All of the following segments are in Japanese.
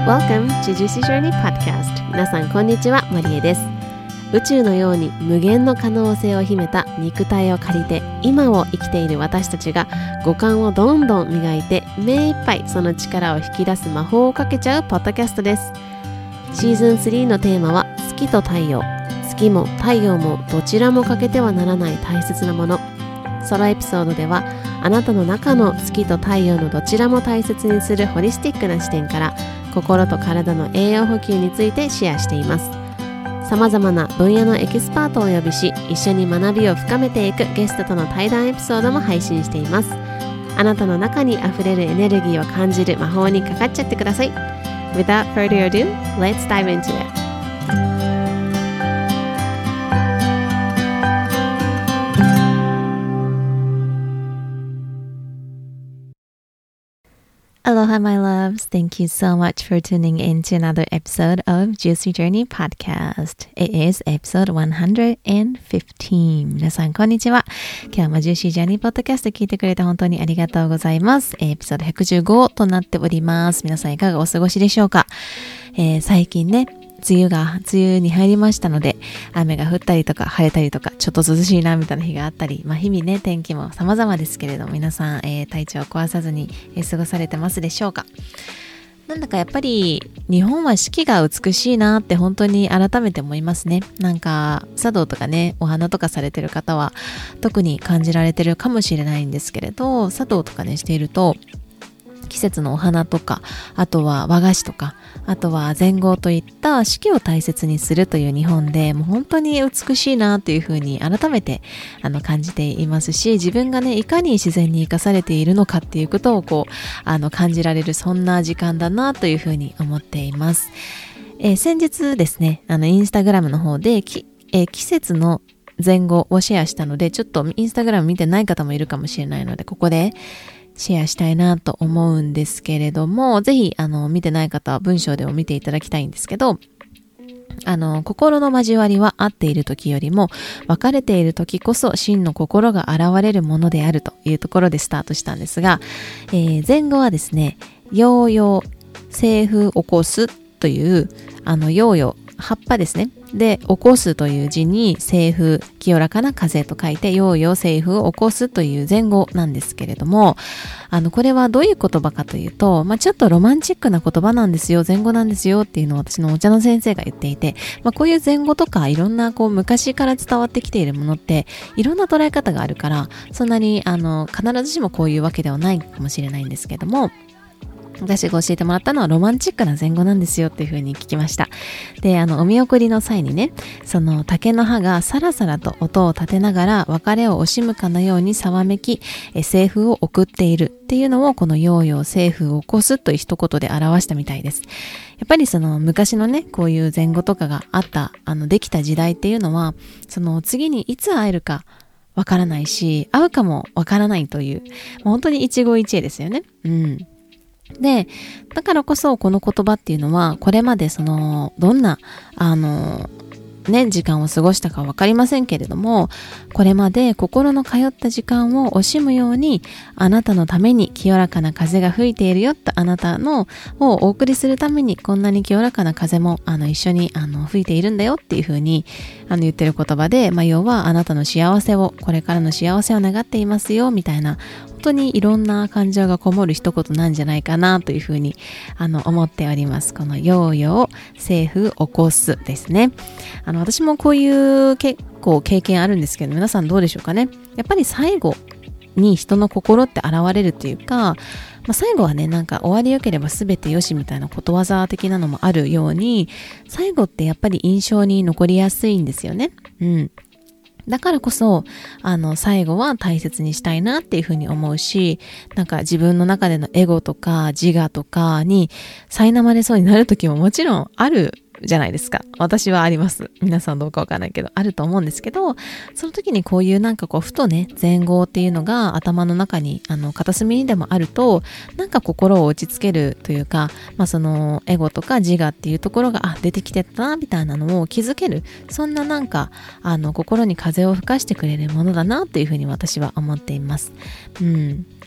Welcome to Juicy Journey Podcast。 皆さんこんにちは、マリエです。宇宙のように無限の可能性を秘めた肉体を借りて今を生きている私たちが五感をどんどん磨いて目いっぱいその力を引き出す魔法をかけちゃうポッドキャストです。シーズン3のテーマは月と太陽。月も太陽もどちらも欠けてはならない大切なもの。ソロエピソードではあなたの中の月と太陽のどちらも大切にするホリスティックな視点から心と体の栄養補給についてシェアしています。さまざまな分野のエキスパートをお呼びし、一緒に学びを深めていくゲストとの対談エピソードも配信しています。あなたの中にあふれるエネルギーを感じる魔法にかかっちゃってください。 Without further ado, let's dive into it.Aloha, my loves. Thank you so much for tuning in to another episode of Juicy Journey Podcast. It is episode 115. 皆さん、こんにちは。今日も Juicy Journey Podcast 聞いてくれて本当にありがとうございます。エピソード115となっております。皆さん、いかがお過ごしでしょうか？最近ね、梅雨に入りましたので、雨が降ったりとか晴れたりとか、ちょっと涼しいなみたいな日があったり、日々ね、天気も様々ですけれども、皆さん、体調を壊さずに、過ごされてますでしょうか？なんだかやっぱり日本は四季が美しいなって本当に改めて思いますね。なんか茶道とかね、お花とかされてる方は特に感じられてるかもしれないんですけれど、茶道とかねしていると季節のお花とか、あとは和菓子とか、あとは禅号といった四季を大切にするという日本で、もう本当に美しいなというふうに改めて感じていますし、自分がねいかに自然に生かされているのかっていうことを感じられる、そんな時間だなというふうに思っています。先日ですね、インスタグラムの方で季節の禅語をシェアしたので、ちょっとインスタグラム見てない方もいるかもしれないので、ここでシェアしたいなと思うんですけれども、ぜひ見てない方は文章でも見ていただきたいんですけど、心の交わりは合っている時よりも別れている時こそ真の心が現れるものであるというところでスタートしたんですが、前後はですね、陽陽清風起こすという陽陽、葉っぱですね。で、起こすという字に清風、清らかな風と書いて陽陽清風を起こすという前後なんですけれども、これはどういう言葉かというと、ちょっとロマンチックな言葉なんですよ、前後なんですよっていうのを私のお茶の先生が言っていて、こういう前後とかいろんな昔から伝わってきているものっていろんな捉え方があるから、そんなに必ずしもこういうわけではないかもしれないんですけども、私が教えてもらったのはロマンチックな前後なんですよっていう風に聞きました。で、お見送りの際にね、その竹の葉がさらさらと音を立てながら別れを惜しむかのようにざわめき、清風を送っているっていうのを、この陽陽清風を起こすという一言で表したみたいです。やっぱりその昔のね、こういう前後とかがあった、できた時代っていうのは、その次にいつ会えるかわからないし、会うかもわからないという、本当に一期一会ですよね。で、だからこそこの言葉っていうのは、これまでどんな時間を過ごしたかわかりませんけれども、これまで心の通った時間を惜しむように、あなたのために清らかな風が吹いているよと、あなたのをお送りするためにこんなに清らかな風も一緒に吹いているんだよっていう風に言ってる言葉で、要はあなたの幸せを、これからの幸せを願っていますよみたいな、本当にいろんな感情がこもる一言なんじゃないかなというふうに思っております。この陽陽清風起こすですね。私もこういう結構経験あるんですけど、皆さんどうでしょうかね。やっぱり最後に人の心って現れるというか、最後はね、なんか終わり良ければ全てよしみたいなことわざ的なのもあるように、最後ってやっぱり印象に残りやすいんですよね。だからこそ、最後は大切にしたいなっていうふうに思うし、なんか自分の中でのエゴとか自我とかに苛まれそうになる時ももちろんあるじゃないですか。私はあります。皆さんどうかわからないけど、あると思うんですけど、その時にこういうなんかふとね、前後っていうのが頭の中に、片隅にでもあると、なんか心を落ち着けるというか、そのエゴとか自我っていうところが、出てきてたな、みたいなのを気づける。そんななんか、心に風を吹かしてくれるものだな、というふうに私は思っています。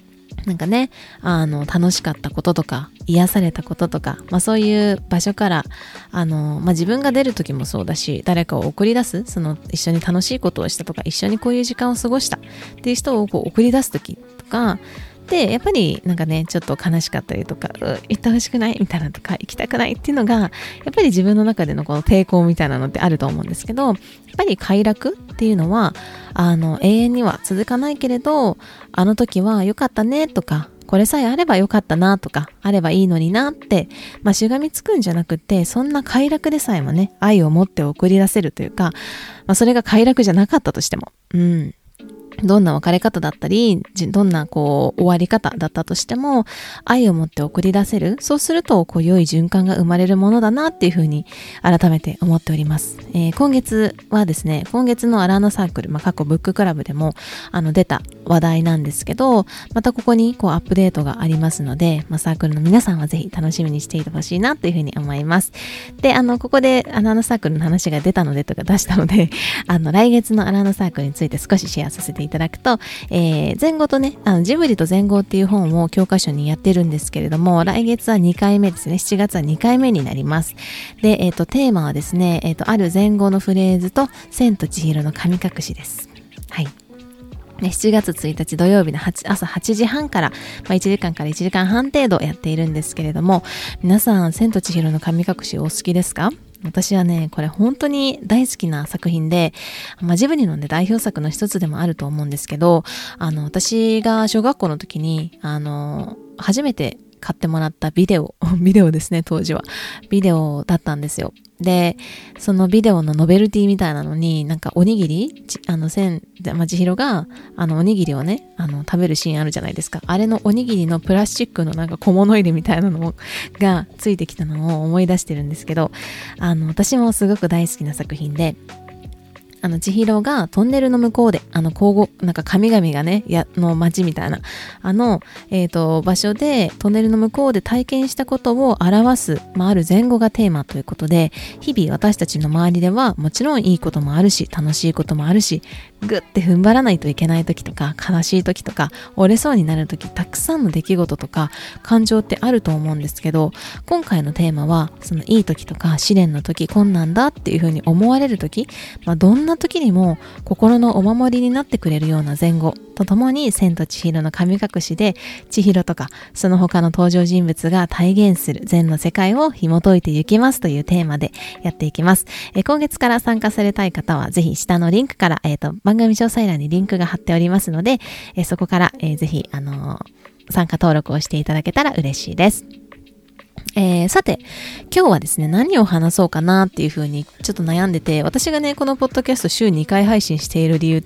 なんかね、楽しかったこととか、癒されたこととか、そういう場所から、自分が出る時もそうだし、誰かを送り出す、一緒に楽しいことをしたとか、一緒にこういう時間を過ごしたっていう人を送り出す時とか、で、やっぱりなんかね、ちょっと悲しかったりとか、行ってほしくないみたいなとか、行きたくないっていうのが、やっぱり自分の中でのこの抵抗みたいなのってあると思うんですけど、やっぱり快楽っていうのは、永遠には続かないけれど、あの時は良かったねとか、これさえあれば良かったなとか、あればいいのになって、しがみつくんじゃなくて、そんな快楽でさえもね、愛を持って送り出せるというか、それが快楽じゃなかったとしても、どんな別れ方だったり、どんな終わり方だったとしても、愛を持って送り出せる。そうすると、良い循環が生まれるものだなっていうふうに改めて思っております。今月はですね、今月のアラーナサークル、過去ブッククラブでも、出た話題なんですけど、またここにアップデートがありますので、サークルの皆さんはぜひ楽しみにしていてほしいなというふうに思います。で、ここでアラーナサークルの話が出たのでとか出したので、来月のアラーナサークルについて少しシェアさせていただくと、前後とね、ジブリと前後っていう本を教科書にやってるんですけれども、来月は2回目ですね。7月は2回目になります。で、テーマはですね、ある前後のフレーズと、千と千尋の神隠しです。はい。7月1日土曜日の朝8時半から、1時間から1時間半程度やっているんですけれども、皆さん、千と千尋の神隠しお好きですか？私はね、これ本当に大好きな作品で、ジブリのね、代表作の一つでもあると思うんですけど、私が小学校の時に、初めて買ってもらったビデオですね、当時は。ビデオだったんですよ。で、そのビデオのノベルティみたいなのに、なんかおにぎり、千尋が、おにぎりをね、食べるシーンあるじゃないですか。あれのおにぎりのプラスチックのなんか小物入れみたいなのがついてきたのを思い出してるんですけど、私もすごく大好きな作品で、千尋がトンネルの向こうで、なんか神々がね、の街みたいな、場所で、トンネルの向こうで体験したことを表す、ある前後がテーマということで、日々私たちの周りでは、もちろんいいこともあるし、楽しいこともあるし、ぐって踏ん張らないといけない時とか、悲しい時とか、折れそうになる時、たくさんの出来事とか、感情ってあると思うんですけど、今回のテーマは、そのいい時とか、試練の時、困難だっていうふうに思われる時、どんな時にも心のお守りになってくれるような前後とともに、千と千尋の神隠しで、千尋とかその他の登場人物が体現する禅の世界を紐解いていきますというテーマでやっていきます。今月から参加されたい方はぜひ下のリンクから、番組詳細欄にリンクが貼っておりますので、そこから、ぜひ参加登録をしていただけたら嬉しいです。さて、今日はですね、何を話そうかなっていう風にちょっと悩んでて、私がね、このポッドキャスト週2回配信している理由って、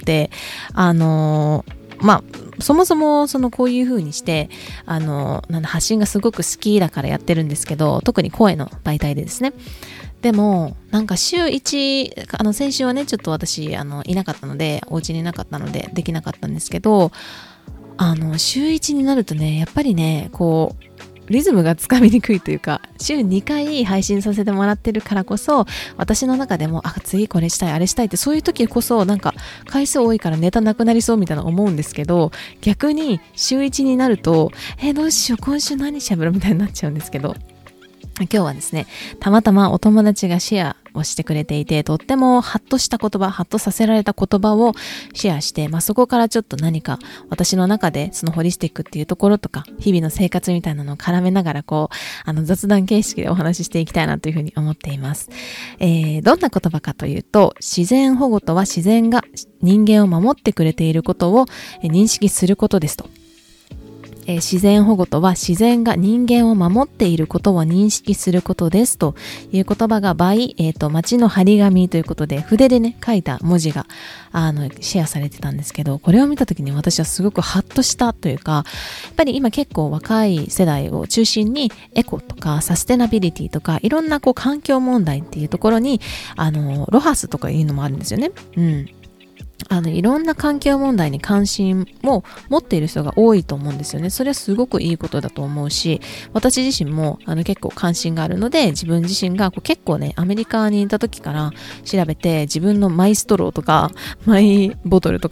そもそもこういう風にして発信がすごく好きだからやってるんですけど、特に声の媒体でですね。でもなんか週1先週はねちょっと私いなかったので、お家にいなかったのでできなかったんですけど、週1になるとね、やっぱりねリズムがつかみにくいというか、週2回配信させてもらってるからこそ、私の中でも次これしたいあれしたいって、そういう時こそなんか回数多いからネタなくなりそうみたいな思うんですけど、逆に週1になるとどうしよう今週何しゃべるみたいになっちゃうんですけど、今日はですね、たまたまお友達がシェアをしてくれていて、とってもハッとした言葉、ハッとさせられた言葉をシェアして、そこからちょっと何か私の中でそのホリスティックっていうところとか、日々の生活みたいなのを絡めながら雑談形式でお話ししていきたいなというふうに思っています。どんな言葉かというと、自然保護とは自然が人間を守ってくれていることを認識することですと。自然保護とは自然が人間を守っていることを認識することですという言葉が街の張り紙ということで筆でね書いた文字がシェアされてたんですけど、これを見た時に私はすごくハッとしたというか、やっぱり今結構若い世代を中心にエコとかサステナビリティとかいろんな環境問題っていうところにロハスとかいうのもあるんですよね。いろんな環境問題に関心を持っている人が多いと思うんですよね。それはすごくいいことだと思うし、私自身も結構関心があるので、自分自身が結構ね、アメリカにいた時から調べて、自分のマイストローとかマイボトルとかいっ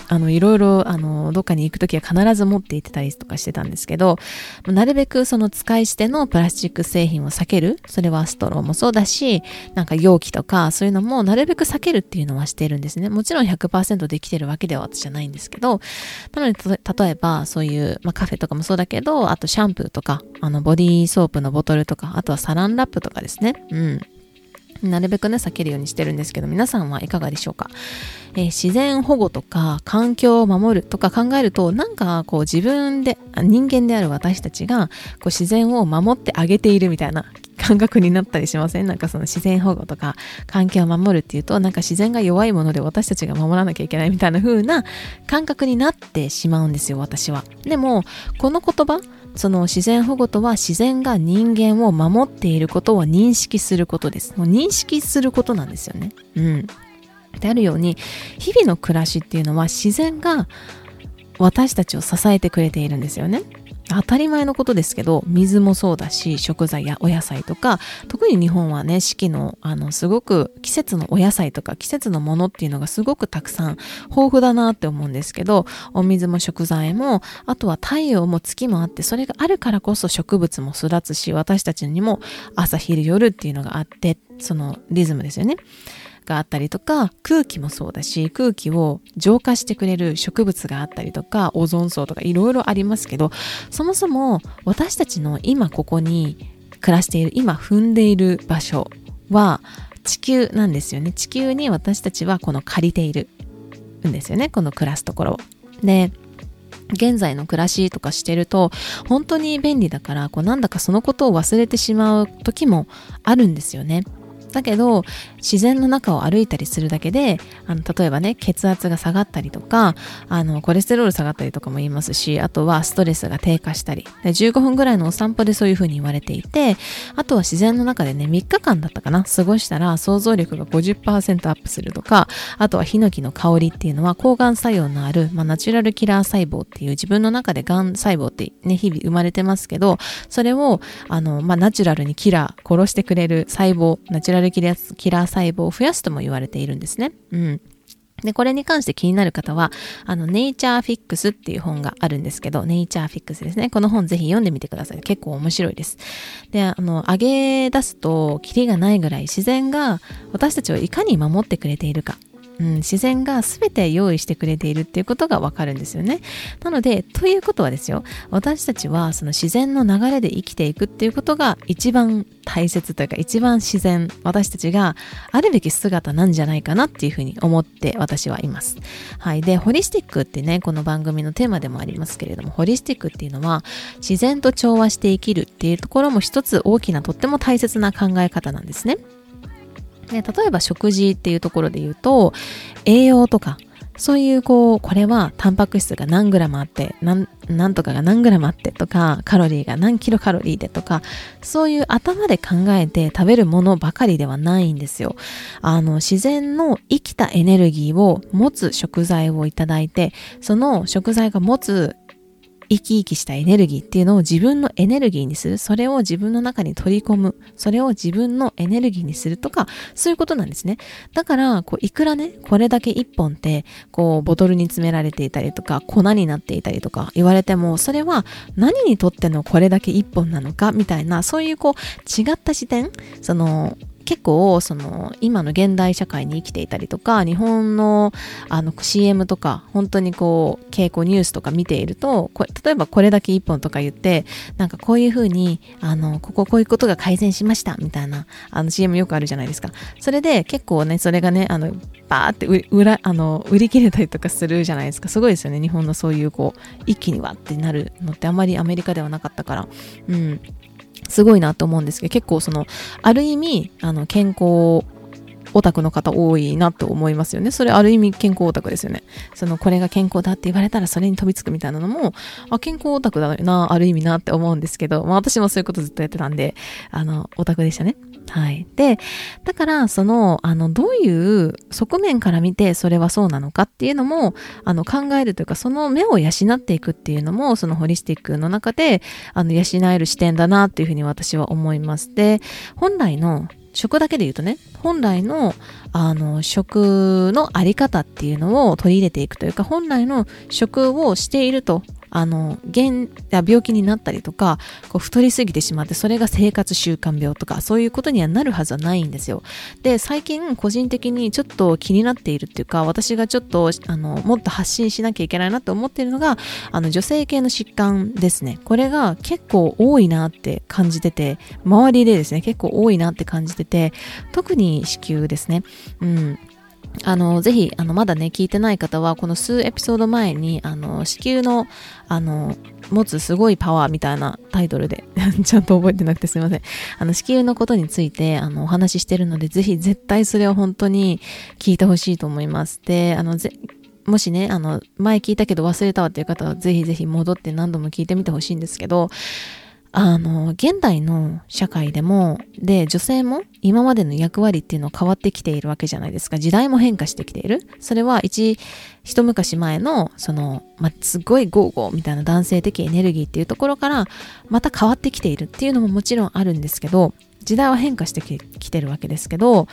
いろいろ、どっかに行くときは必ず持って行ってたりとかしてたんですけど、なるべくその使い捨てのプラスチック製品を避ける。それはストローもそうだし、なんか容器とかそういうのもなるべく避けるっていうのはしてるんですね。もちろん 100% できてるわけでは私じゃないんですけど、なので、例えばそういう、カフェとかもそうだけど、あとシャンプーとか、ボディーソープのボトルとか、あとはサランラップとかですね。なるべくね、避けるようにしてるんですけど、皆さんはいかがでしょうか。自然保護とか環境を守るとか考えると、なんかこう自分で、人間である私たちがこう自然を守ってあげているみたいな感覚になったりしません？なんかその自然保護とか環境を守るっていうと、なんか自然が弱いもので私たちが守らなきゃいけないみたいな風な感覚になってしまうんですよ、私は。でも、この言葉、その自然保護とは自然が人間を守っていることを認識することです。もう認識することなんですよね。であるように、日々の暮らしっていうのは自然が私たちを支えてくれているんですよね。当たり前のことですけど、水もそうだし、食材やお野菜とか、特に日本はね、四季の、すごく季節のお野菜とか季節のものっていうのがすごくたくさん豊富だなって思うんですけど、お水も食材も、あとは太陽も月もあって、それがあるからこそ植物も育つし、私たちにも朝昼夜っていうのがあって、そのリズムですよね。があったりとか、空気もそうだし、空気を浄化してくれる植物があったりとか、オゾン層とかいろいろありますけど、そもそも私たちの今ここに暮らしている、今踏んでいる場所は地球なんですよね。地球に私たちはこの借りているんですよね。この暮らすところを。で、現在の暮らしとかしてると本当に便利だから、なんだかそのことを忘れてしまう時もあるんですよね。だけど自然の中を歩いたりするだけで、例えばね、血圧が下がったりとか、コレステロール下がったりとかも言いますし、あとはストレスが低下したりで、15分ぐらいのお散歩でそういう風に言われていて、あとは自然の中でね、3日間だったかな、過ごしたら想像力が 50% アップするとか、あとはヒノキの香りっていうのは抗がん作用のある、ナチュラルキラー細胞っていう、自分の中でがん細胞ってね、日々生まれてますけど、それをナチュラルに殺してくれる細胞、ナチュラルキラー細胞を増やすとも言われているんですね。で、これに関して気になる方は、ネイチャーフィックスっていう本があるんですけど、ネイチャーフィックスですね。この本ぜひ読んでみてください。結構面白いです。で、上げ出すとキリがないぐらい自然が私たちをいかに守ってくれているか。自然が全て用意してくれているっていうことがわかるんですよね。なので、ということはですよ、私たちはその自然の流れで生きていくっていうことが一番大切というか、一番自然、私たちがあるべき姿なんじゃないかなっていうふうに思って私はいます。はい。で、ホリスティックってね、この番組のテーマでもありますけれども、ホリスティックっていうのは自然と調和して生きるっていうところも一つ大きなとっても大切な考え方なんですね。で、例えば食事っていうところで言うと、栄養とか、そういうこれはタンパク質が何グラムあって、なんとかが何グラムあってとか、カロリーが何キロカロリーでとか、そういう頭で考えて食べるものばかりではないんですよ。自然の生きたエネルギーを持つ食材をいただいて、その食材が持つ生き生きしたエネルギーっていうのを自分のエネルギーにする。それを自分の中に取り込む。それを自分のエネルギーにするとか、そういうことなんですね。だから、いくらね、これだけ一本って、ボトルに詰められていたりとか、粉になっていたりとか言われても、それは何にとってのこれだけ一本なのか、みたいな、そういう違った視点、結構今の現代社会に生きていたりとか、日本のCM とか本当に傾向ニュースとか見ていると、例えばこれだけ一本とか言って、なんかこういう風にこういうことが改善しましたみたいなCM よくあるじゃないですか。それで結構ね、それがねバーって売り切れたりとかするじゃないですか。すごいですよね。日本のそういう一気にわってなるのってあんまりアメリカではなかったから、すごいなと思うんですけど、結構ある意味健康オタクの方多いなと思いますよね。それある意味健康オタクですよね。これが健康だって言われたらそれに飛びつくみたいなのも、健康オタクだな、ある意味なって思うんですけど、私もそういうことずっとやってたんで、オタクでしたね。はい。で、だから、どういう側面から見てそれはそうなのかっていうのも、考えるというか、その目を養っていくっていうのも、そのホリスティックの中で、養える視点だなっていうふうに私は思います。で、本来の食だけで言うとね、本来の食のあり方っていうのを取り入れていくというか、本来の食をしていると病気になったりとか、太りすぎてしまって、それが生活習慣病とか、そういうことにはなるはずはないんですよ。で、最近個人的にちょっと気になっているっていうか、私がちょっともっと発信しなきゃいけないなと思っているのが、女性系の疾患ですね。これが結構多いなって感じてて、周りでですね、結構多いなって感じてて、特に子宮ですね。ぜひ、まだね、聞いてない方は、この数エピソード前に、子宮の、持つすごいパワーみたいなタイトルで、ちゃんと覚えてなくてすみません。子宮のことについて、お話ししてるので、ぜひ絶対それを本当に聞いてほしいと思います。で、もしね、前聞いたけど忘れたわっていう方は、ぜひぜひ戻って何度も聞いてみてほしいんですけど、現代の社会でも、で、女性も今までの役割っていうのは変わってきているわけじゃないですか。時代も変化してきている。それは一昔前の、すごいゴーゴーみたいな男性的エネルギーっていうところから、また変わってきているっていうのももちろんあるんですけど、時代は変化してきてるわけですけど、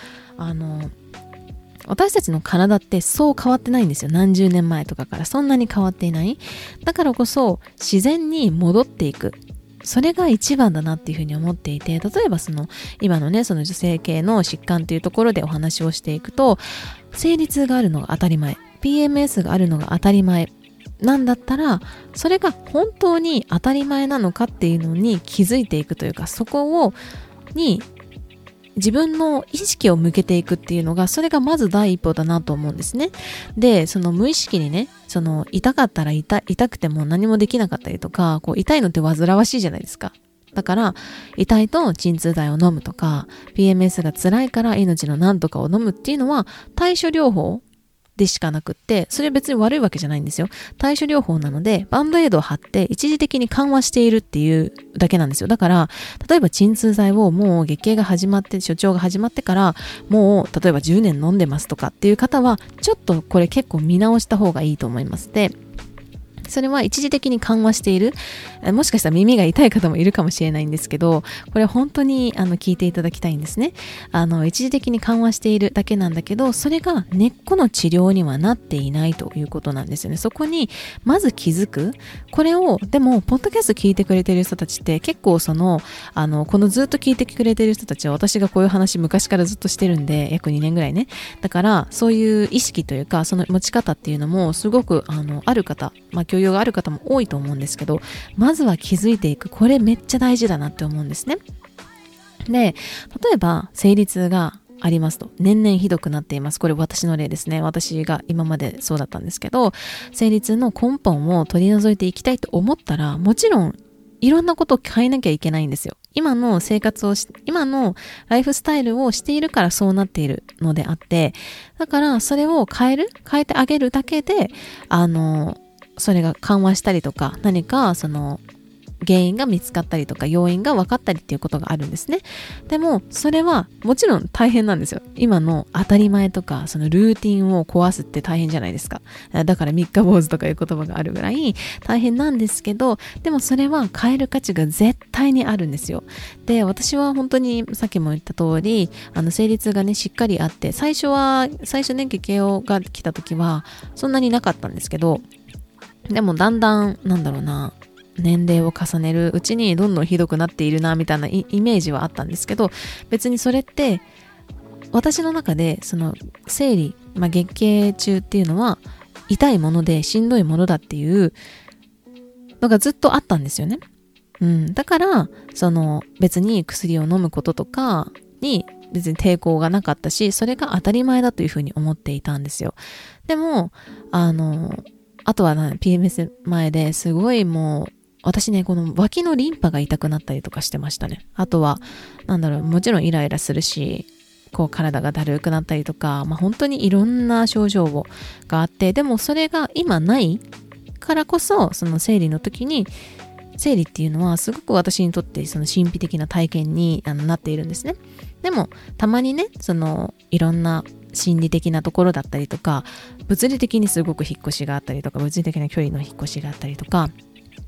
私たちの体ってそう変わってないんですよ。何十年前とかからそんなに変わっていない。だからこそ自然に戻っていく。それが一番だなっていうふうに思っていて、例えば今のね、女性系の疾患っていうところでお話をしていくと、生理痛があるのが当たり前、PMS があるのが当たり前なんだったら、それが本当に当たり前なのかっていうのに気づいていくというか、そこに自分の意識を向けていくっていうのが、それがまず第一歩だなと思うんですね。で、無意識にね、痛かったら痛くても何もできなかったりとか、痛いのって煩わしいじゃないですか。だから、痛いと鎮痛剤を飲むとか、PMS が辛いから命のなんとかを飲むっていうのは、対処療法でしかなくって、それ別に悪いわけじゃないんですよ。対処療法なので、バンドエイドを貼って一時的に緩和しているっていうだけなんですよ。だから、例えば鎮痛剤をもう月経が始まって、所長が始まってから、もう例えば10年飲んでますとかっていう方は、ちょっとこれ結構見直した方がいいと思います。で、それは一時的に緩和している。もしかしたら耳が痛い方もいるかもしれないんですけど、これ本当に聞いていただきたいんですね。一時的に緩和しているだけなんだけど、それが根っこの治療にはなっていないということなんですよね。そこにまず気づく。これを、でも、ポッドキャスト聞いてくれてる人たちって結構このずっと聞いてくれてる人たちは、私がこういう話昔からずっとしてるんで、約2年ぐらいね。だから、そういう意識というか、その持ち方っていうのもすごくある方、教養がある方も多いと思うんですけど、まずは気づいていく。これめっちゃ大事だなって思うんですね。で、例えば生理痛がありますと、年々ひどくなっています。これ私の例ですね。私が今までそうだったんですけど、生理痛の根本を取り除いていきたいと思ったら、もちろんいろんなことを変えなきゃいけないんですよ。今のライフスタイルをしているからそうなっているのであって、だからそれを変えてあげるだけで、それが緩和したりとか、何か原因が見つかったりとか、要因が分かったりっていうことがあるんですね。でも、それはもちろん大変なんですよ。今の当たり前とか、ルーティンを壊すって大変じゃないですか。だから三日坊主とかいう言葉があるぐらい大変なんですけど、でもそれは変える価値が絶対にあるんですよ。で、私は本当にさっきも言った通り、生理痛がね、しっかりあって、最初ね、月経が来た時は、そんなになかったんですけど、でもだんだん、年齢を重ねるうちにどんどんひどくなっているなみたいなイメージはあったんですけど、別にそれって私の中で生理、月経中っていうのは痛いものでしんどいものだっていうのがずっとあったんですよね。だから別に薬を飲むこととかに別に抵抗がなかったし、それが当たり前だというふうに思っていたんですよ。でもあとはPMS 前ですごいもう、私ね、この脇のリンパが痛くなったりとかしてましたね。あとは、もちろんイライラするし、体がだるくなったりとか、本当にいろんな症状があって、でもそれが今ないからこそ、生理の時に、生理っていうのはすごく私にとって神秘的な体験になっているんですね。でも、たまにね、いろんな心理的なところだったりとか、物理的にすごく引っ越しがあったりとか、物理的な距離の引っ越しがあったりとか、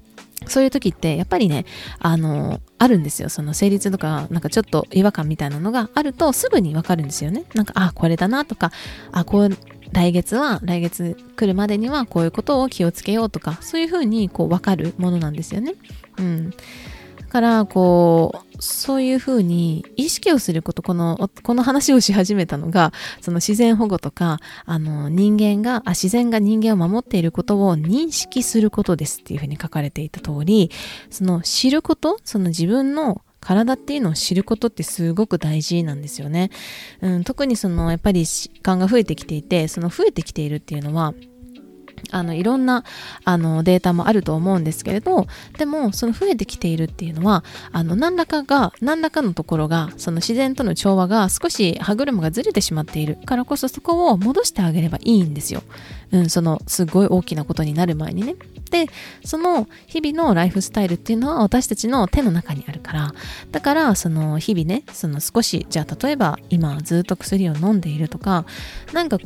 そういう時ってやっぱりね、あるんですよ。その生理痛とか、なんかちょっと違和感みたいなのがあるとすぐにわかるんですよね。なんか、これだなとか、来月来るまでにはこういうことを気をつけようとか、そういうふうにこうわかるものなんですよね。だからそういうふうに意識をすること、この話をし始めたのが、その自然保護とか、自然が人間を守っていることを認識することですっていうふうに書かれていた通り、その知ること、その自分の体っていうのを知ることってすごく大事なんですよね。特にやっぱり疾患が増えてきていて、その増えてきているっていうのは、いろんなデータもあると思うんですけれど、でもその増えてきているっていうのは何らかのところが、その自然との調和が少し歯車がずれてしまっているからこそ、そこを戻してあげればいいんですよ。そのすごい大きなことになる前にね。で、その日々のライフスタイルっていうのは私たちの手の中にあるから、だからその日々ね、その少し、じゃあ例えば今ずっと薬を飲んでいるとか、なんか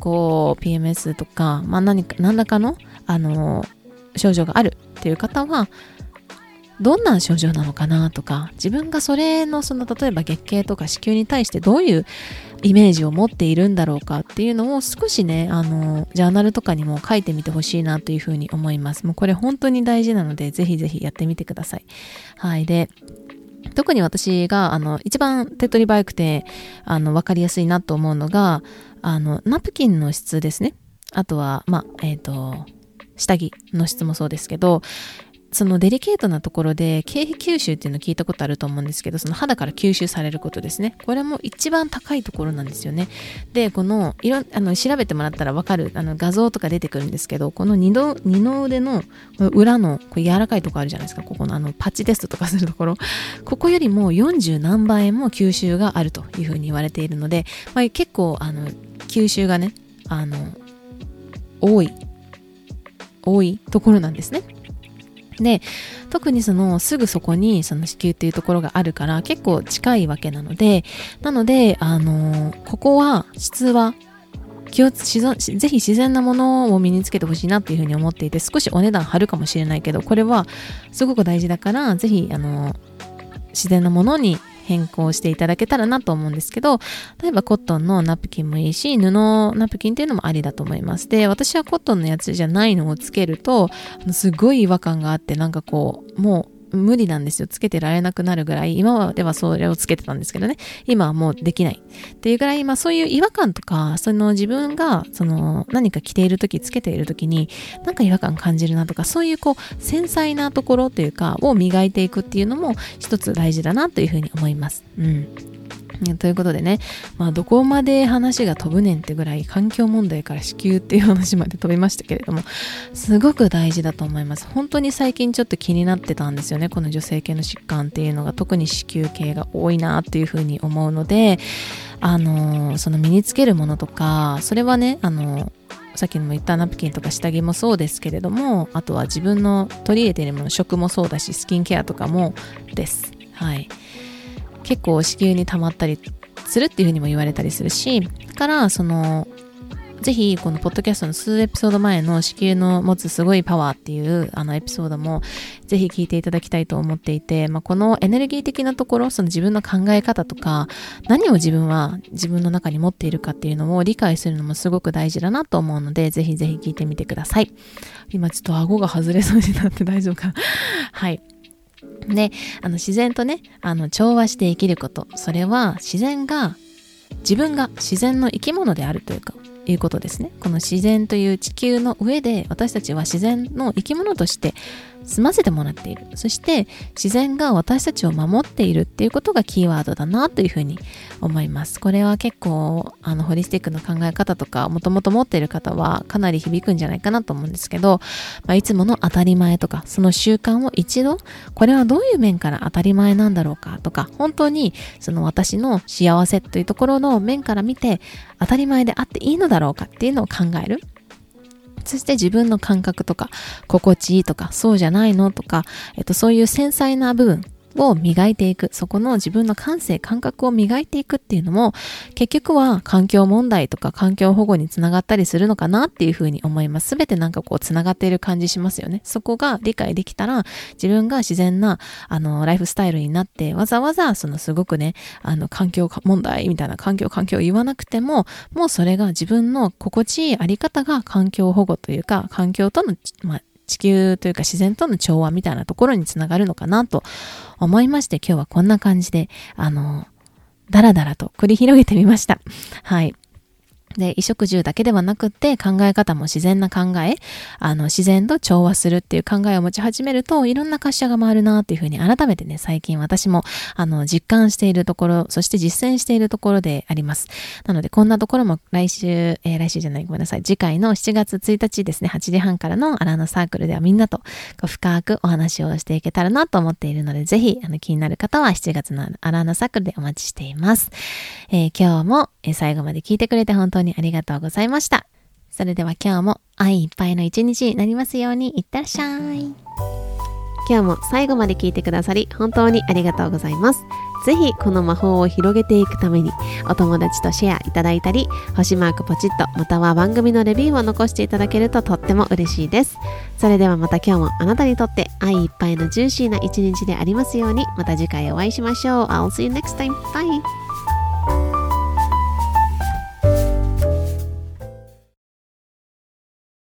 PMS とか、何らかの症状があるっていう方は、どんな症状なのかなとか、自分がそれの例えば月経とか子宮に対してどういうイメージを持っているんだろうかっていうのを少しね、ジャーナルとかにも書いてみてほしいなというふうに思います。もうこれ本当に大事なので、ぜひぜひやってみてください。はい。で、特に私が一番手っ取り早くて分かりやすいなと思うのがナプキンの質ですね。あとは下着の質もそうですけど、そのデリケートなところで経皮吸収っていうのを聞いたことあると思うんですけど、その肌から吸収されることですね。これも一番高いところなんですよね。で、調べてもらったらわかる画像とか出てくるんですけど、この二の腕の裏の柔らかいところあるじゃないですか。ここのパッチテストとかするところ、ここよりも40何倍円も吸収があるというふうに言われているので、結構吸収がね多いところなんですね。で、特にすぐそこにその子宮っていうところがあるから結構近いわけなので、ここは質はぜひ自然なものを身につけてほしいなっていうふうに思っていて、少しお値段張るかもしれないけど、これはすごく大事だから、ぜひ自然なものに変更していただけたらなと思うんですけど、例えばコットンのナプキンもいいし、布ナプキンっていうのもありだと思います。で、私はコットンのやつじゃないのをつけるとすごい違和感があって、なんかもう無理なんですよ。つけてられなくなるぐらい、今まではそれをつけてたんですけどね、今はもうできないっていうぐらい、そういう違和感とか、自分が何か着ている時、つけている時になんか違和感感じるなとか、そういう繊細なところというかを磨いていくっていうのも一つ大事だなというふうに思います。ということでね、どこまで話が飛ぶねんってぐらい環境問題から子宮っていう話まで飛びましたけれども、すごく大事だと思います。本当に最近ちょっと気になってたんですよね。この女性系の疾患っていうのが特に子宮系が多いなっていうふうに思うので、その身につけるものとか、それはね、さっきも言ったナプキンとか下着もそうですけれども、あとは自分の取り入れているもの、食もそうだし、スキンケアとかもです。はい。結構子宮に溜まったりするっていうふうにも言われたりするし、だからぜひこのポッドキャストの数エピソード前の子宮の持つすごいパワーっていうエピソードもぜひ聞いていただきたいと思っていて、このエネルギー的なところ、自分の考え方とか、何を自分は自分の中に持っているかっていうのを理解するのもすごく大事だなと思うので、ぜひぜひ聞いてみてください。今ちょっと顎が外れそうになって大丈夫かなはい。で、自然とね、調和して生きること、それは自分が自然の生き物であるということですね。この自然という地球の上で、私たちは自然の生き物として住ませてもらっている。そして自然が私たちを守っているっていうことがキーワードだなというふうに思います。これは結構ホリスティックの考え方とかもともと持っている方はかなり響くんじゃないかなと思うんですけど、いつもの当たり前とか、その習慣を一度、これはどういう面から当たり前なんだろうかとか、本当に私の幸せというところの面から見て当たり前であっていいのだろうかっていうのを考える。そして自分の感覚とか心地いいとかそうじゃないのとか、そういう繊細な部分を磨いていく、そこの自分の感性、感覚を磨いていくっていうのも、結局は環境問題とか環境保護につながったりするのかなっていうふうに思います。すべてなんかこうつながっている感じしますよね。そこが理解できたら、自分が自然な、ライフスタイルになって、わざわざ、すごくね、環境問題みたいな環境を言わなくても、もうそれが自分の心地いいあり方が環境保護というか、環境との、地球というか自然との調和みたいなところにつながるのかなと思いまして、今日はこんな感じで、だらだらと繰り広げてみました。はい。で、衣食住だけではなくって考え方も自然な考え、自然と調和するっていう考えを持ち始めるといろんな滑車が回るなっていうふうに改めてね、最近私も実感しているところ、そして実践しているところであります。なのでこんなところも来週じゃない、ごめんなさい。次回の7月1日ですね、8時半からのアラーナサークルではみんなと深くお話をしていけたらなと思っているので、ぜひ気になる方は7月のアラーナサークルでお待ちしています。今日も最後まで聞いてくれて本当にありがとうございました。それでは今日も愛いっぱいの一日になりますように。いってらっしゃい。今日も最後まで聞いてくださり本当にありがとうございます。ぜひこの魔法を広げていくためにお友達とシェアいただいたり、星マークポチッとまたは番組のレビューを残していただけるととっても嬉しいです。それではまた今日もあなたにとって愛いっぱいのジューシーな一日でありますように。また次回お会いしましょう。I'll see you next time. Bye!